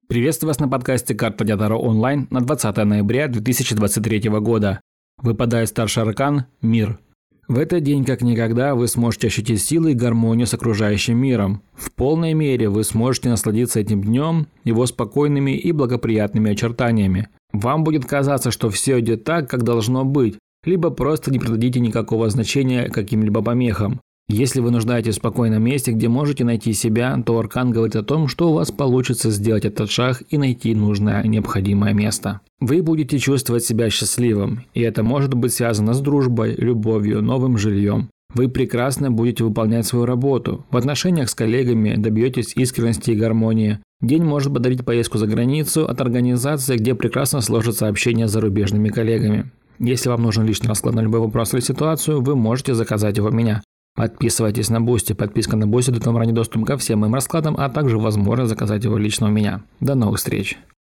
Приветствую вас на подкасте «Карта Дня Таро онлайн» на 20 ноября 2023 года. Выпадает старший аркан – Мир. В этот день, как никогда, вы сможете ощутить силы и гармонию с окружающим миром. В полной мере вы сможете насладиться этим днем, его спокойными и благоприятными очертаниями. Вам будет казаться, что все идет так, как должно быть, либо просто не придадите никакого значения каким-либо помехам. Если вы нуждаетесь в спокойном месте, где можете найти себя, то аркан говорит о том, что у вас получится сделать этот шаг и найти нужное необходимое место. Вы будете чувствовать себя счастливым, и это может быть связано с дружбой, любовью, новым жильем. Вы прекрасно будете выполнять свою работу. В отношениях с коллегами добьетесь искренности и гармонии. День может подарить поездку за границу от организации, где прекрасно сложится общение с зарубежными коллегами. Если вам нужен личный расклад на любой вопрос или ситуацию, вы можете заказать его у меня. Подписывайтесь на Бусти. Подписка на Бусти дает вам ранний доступ ко всем моим раскладам, а также возможность заказать его лично у меня. До новых встреч!